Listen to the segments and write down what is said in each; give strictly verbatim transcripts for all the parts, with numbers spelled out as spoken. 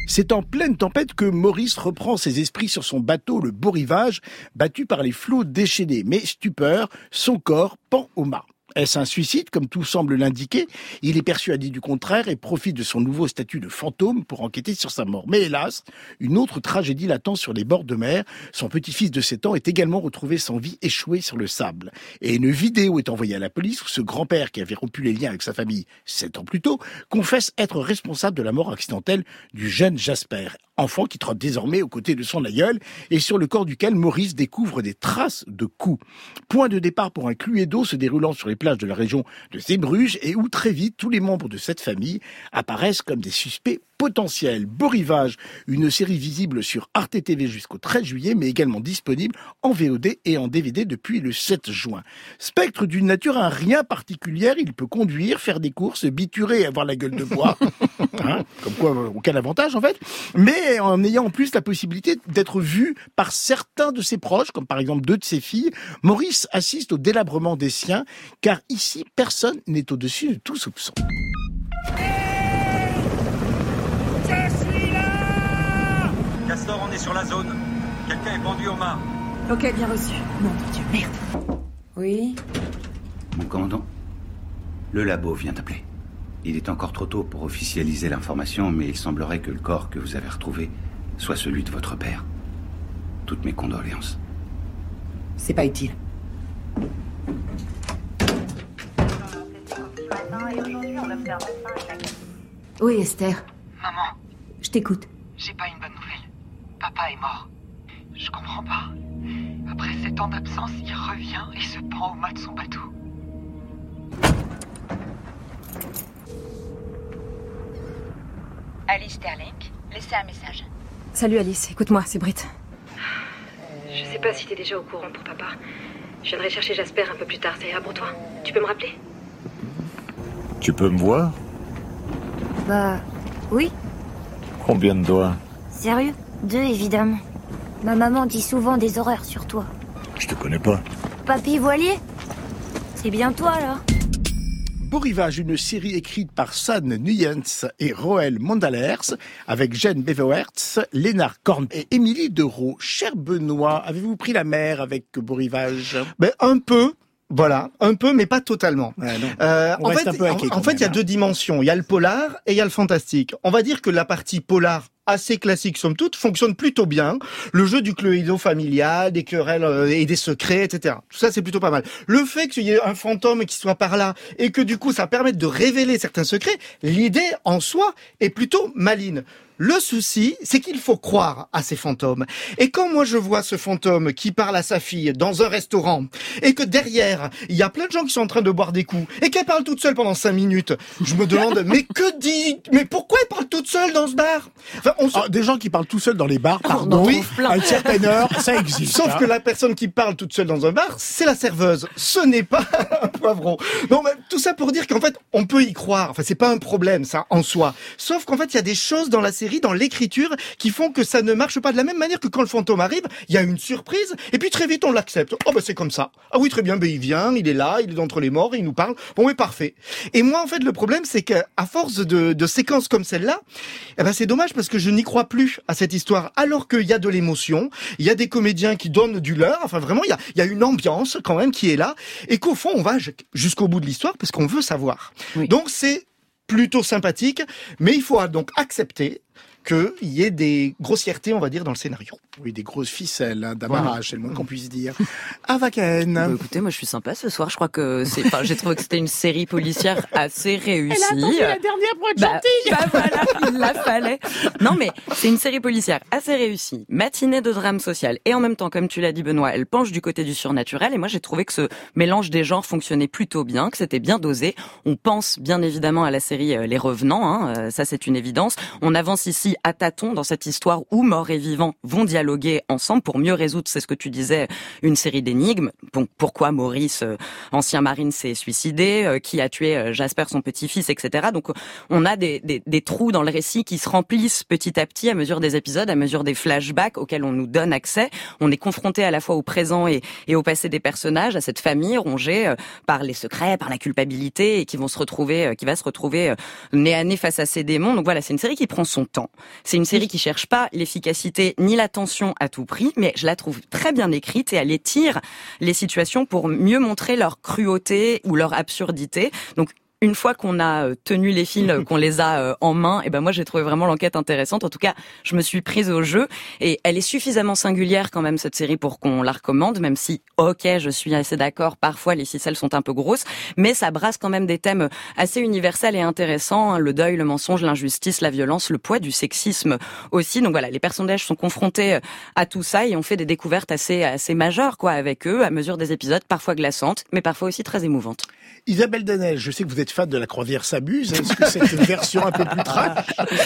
C'est en pleine tempête que Maurice reprend ses esprits sur son bateau, le Beau Rivage, battu par les flots déchaînés. Mais stupeur, son corps pend au mât. Est-ce un suicide, comme tout semble l'indiquer? Il est persuadé du contraire et profite de son nouveau statut de fantôme pour enquêter sur sa mort. Mais hélas, une autre tragédie l'attend sur les bords de mer. Son petit-fils de sept ans est également retrouvé sans vie, échoué sur le sable. Et une vidéo est envoyée à la police où ce grand-père qui avait rompu les liens avec sa famille sept ans plus tôt confesse être responsable de la mort accidentelle du jeune Jasper, enfant qui trotte désormais aux côtés de son aïeul et sur le corps duquel Maurice découvre des traces de coups. Point de départ pour un Cluedo se déroulant sur les plages de la région de Zeebruges et où très vite tous les membres de cette famille apparaissent comme des suspects potentiels. Beau Rivage, une série visible sur Arte T V jusqu'au treize juillet, mais également disponible en V O D et en D V D depuis le sept juin. Spectre d'une nature à rien particulière, il peut conduire, faire des courses, biturer et avoir la gueule de bois. Hein, comme quoi, aucun avantage en fait. Mais en ayant en plus la possibilité d'être vu par certains de ses proches, comme par exemple deux de ses filles, Maurice assiste au délabrement des siens, car ici, personne n'est au-dessus de tout soupçon. Castor, on est sur la zone. Quelqu'un est pendu au mât. Ok, bien reçu. Nom de Dieu, merde. Oui. Mon commandant, le labo vient d'appeler. Il est encore trop tôt pour officialiser l'information, mais il semblerait que le corps que vous avez retrouvé soit celui de votre père. Toutes mes condoléances. C'est pas utile. Oui, Esther. Maman. Je t'écoute. J'ai pas une bonne nouvelle. Papa est mort. Je comprends pas. Après sept ans d'absence, il revient et se pend au mât de son bateau. Alice Sterling, laissez un message. Salut Alice, écoute-moi, c'est Britt. Je sais pas si t'es déjà au courant pour papa. Je viendrai chercher Jasper un peu plus tard, ça ira pour toi. Tu peux me rappeler? Tu peux me voir? Bah, oui. Combien de doigts? Sérieux? Deux, évidemment. Ma maman dit souvent des horreurs sur toi. Je te connais pas. Papy Voilier? C'est bien toi, là? Beau Rivage, une série écrite par San Nuyens et Roel Mondalers, avec Jeanne Beverwertz, Lénard Korn et Émilie Dereau. Cher Benoît, avez-vous pris la mer avec Beau Rivage? Ben, un peu. Voilà, un peu, mais pas totalement. Ouais, non. Euh, On en reste fait, un peu hacké en, quand en fait, même, il y a hein. deux dimensions. Il y a le polar et il y a le fantastique. On va dire que la partie polar, assez classique somme toute, fonctionne plutôt bien. Le jeu du Cluedo familial, des querelles euh, et des secrets, et cetera. Tout ça, c'est plutôt pas mal. Le fait qu'il y ait un fantôme qui soit par là et que du coup, ça permette de révéler certains secrets, l'idée en soi est plutôt maligne. Le souci, c'est qu'il faut croire à ces fantômes. Et quand moi je vois ce fantôme qui parle à sa fille dans un restaurant, et que derrière, il y a plein de gens qui sont en train de boire des coups, et qu'elle parle toute seule pendant cinq minutes, je me demande, mais que dit, mais pourquoi elle parle toute seule dans ce bar? Enfin, on se... Ah, des gens qui parlent tout seuls dans les bars, pardon, oui, à une certaine heure, ça existe. Sauf hein. que la personne qui parle toute seule dans un bar, c'est la serveuse. Ce n'est pas un poivron. Non, mais tout ça pour dire qu'en fait, on peut y croire. Enfin, c'est pas un problème, ça, en soi. Sauf qu'en fait, il y a des choses dans la série, dans l'écriture, qui font que ça ne marche pas de la même manière que quand le fantôme arrive, il y a une surprise, et puis très vite, on l'accepte. Oh, ben, c'est comme ça. Ah oui, très bien, ben, il vient, il est là, il est entre les morts, il nous parle. Bon, oui, parfait. Et moi, en fait, le problème, c'est qu'à force de, de séquences comme celle-là, eh ben, c'est dommage parce que je n'y crois plus à cette histoire, alors qu'il y a de l'émotion, il y a des comédiens qui donnent du leur, enfin, vraiment, il y a, il y a une ambiance, quand même, qui est là, et qu'au fond, on va jusqu'au bout de l'histoire parce qu'on veut savoir. Oui. Donc, c'est plutôt sympathique, mais il faut donc accepter qu'il y ait des grossièretés, on va dire, dans le scénario. Oui, des grosses ficelles, hein, d'amarrage, voilà. C'est le moins qu'on puisse dire. Avaken. Bah, écoutez, moi je suis sympa ce soir. Je crois que c'est, enfin, j'ai trouvé que c'était une série policière assez réussie. Elle a attendu la dernière pour être bah, gentille. Bah voilà, il la fallait. Non mais c'est une série policière assez réussie, matinée de drame social et en même temps, comme tu l'as dit Benoît, elle penche du côté du surnaturel. Et moi j'ai trouvé que ce mélange des genres fonctionnait plutôt bien, que c'était bien dosé. On pense bien évidemment à la série Les Revenants, hein, ça c'est une évidence. On avance ici à tâtons dans cette histoire où morts et vivants vont dialoguer ensemble pour mieux résoudre, c'est ce que tu disais, une série d'énigmes. Bon, pourquoi Maurice, euh, ancien marine, s'est suicidé, euh, qui a tué euh, Jasper, son petit-fils, et cetera. Donc on a des, des, des trous dans le récit récits qui se remplissent petit à petit à mesure des épisodes, à mesure des flashbacks auxquels on nous donne accès. On est confronté à la fois au présent et, et au passé des personnages, à cette famille rongée euh, par les secrets, par la culpabilité, et qui vont se retrouver, euh, qui va se retrouver euh, nez à nez face à ces démons. Donc voilà, c'est une série qui prend son temps. C'est une série qui cherche pas l'efficacité ni l'attention à tout prix, mais je la trouve très bien écrite et elle étire les situations pour mieux montrer leur cruauté ou leur absurdité. Donc une fois qu'on a tenu les fils, qu'on les a en main, et ben moi j'ai trouvé vraiment l'enquête intéressante. En tout cas, je me suis prise au jeu et elle est suffisamment singulière quand même cette série pour qu'on la recommande, même si ok, je suis assez d'accord, parfois les ficelles sont un peu grosses, mais ça brasse quand même des thèmes assez universels et intéressants, hein, le deuil, le mensonge, l'injustice, la violence, le poids du sexisme aussi. Donc voilà, les personnages sont confrontés à tout ça et on fait des découvertes assez assez majeures quoi avec eux à mesure des épisodes, parfois glaçantes, mais parfois aussi très émouvantes. Isabelle Danel, je sais que vous êtes fan de La Croisière s'amuse. Est-ce que c'est une version un peu plus trash?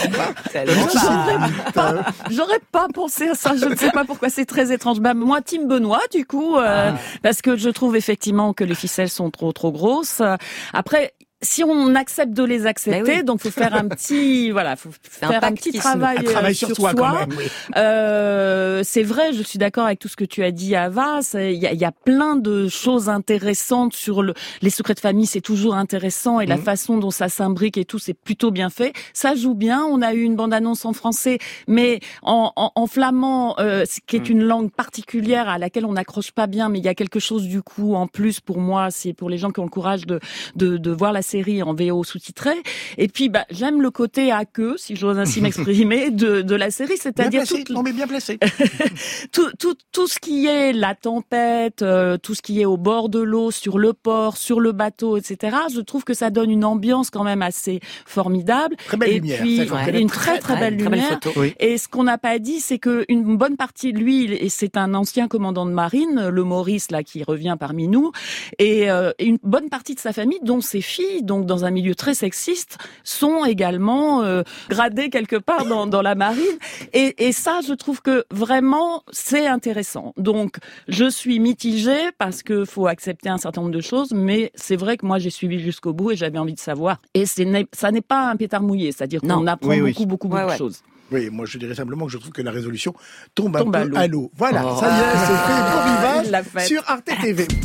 pas, J'aurais pas pensé à ça. Je ne sais pas pourquoi, c'est très étrange. Bah, moi, Team Benoît, du coup, euh, ah. parce que je trouve effectivement que les ficelles sont trop trop grosses. Après, si on accepte de les accepter, oui. donc faut faire un petit, voilà, faut c'est faire un, un petit travail, un travail sur, sur soi. soi. Quand même, oui. euh, c'est vrai, je suis d'accord avec tout ce que tu as dit, Ava. Il y a, y a plein de choses intéressantes sur le, les secrets de famille. C'est toujours intéressant et mmh. la façon dont ça s'imbrique et tout, c'est plutôt bien fait. Ça joue bien. On a eu une bande-annonce en français, mais en, en, en flamand, euh, qui est mmh. une langue particulière à laquelle on n'accroche pas bien. Mais il y a quelque chose du coup en plus pour moi, c'est pour les gens qui ont le courage de de, de voir la série en V O sous-titré. Et puis, bah, j'aime le côté à queue, si j'ose ainsi m'exprimer, de, de la série, c'est-à-dire bien placé, tout, non mais bien placé. tout, tout, tout ce qui est la tempête, euh, tout ce qui est au bord de l'eau, sur le port, sur le bateau, et cetera. Je trouve que ça donne une ambiance quand même assez formidable. Très belle et lumière. Puis, ouais. une très, très, très belle très lumière. Belle oui. Et ce qu'on n'a pas dit, c'est que une bonne partie de lui, et c'est un ancien commandant de marine, le Maurice, là, qui revient parmi nous, et euh, une bonne partie de sa famille, dont ses filles, donc dans un milieu très sexiste, sont également euh, gradées quelque part dans, dans la marine. Et, et ça, je trouve que vraiment, c'est intéressant. Donc, je suis mitigée parce que faut accepter un certain nombre de choses, mais c'est vrai que moi, j'ai suivi jusqu'au bout et j'avais envie de savoir. Et c'est, ça n'est pas un pétard mouillé, c'est-à-dire non. qu'on apprend oui, beaucoup, oui. beaucoup, beaucoup, ouais, beaucoup ouais. de choses. Oui, moi je dirais simplement que je trouve que la résolution tombe, tombe un peu à l'eau. À l'eau. Voilà, oh. ça y est, c'est fait pour Rivage sur Arte T V.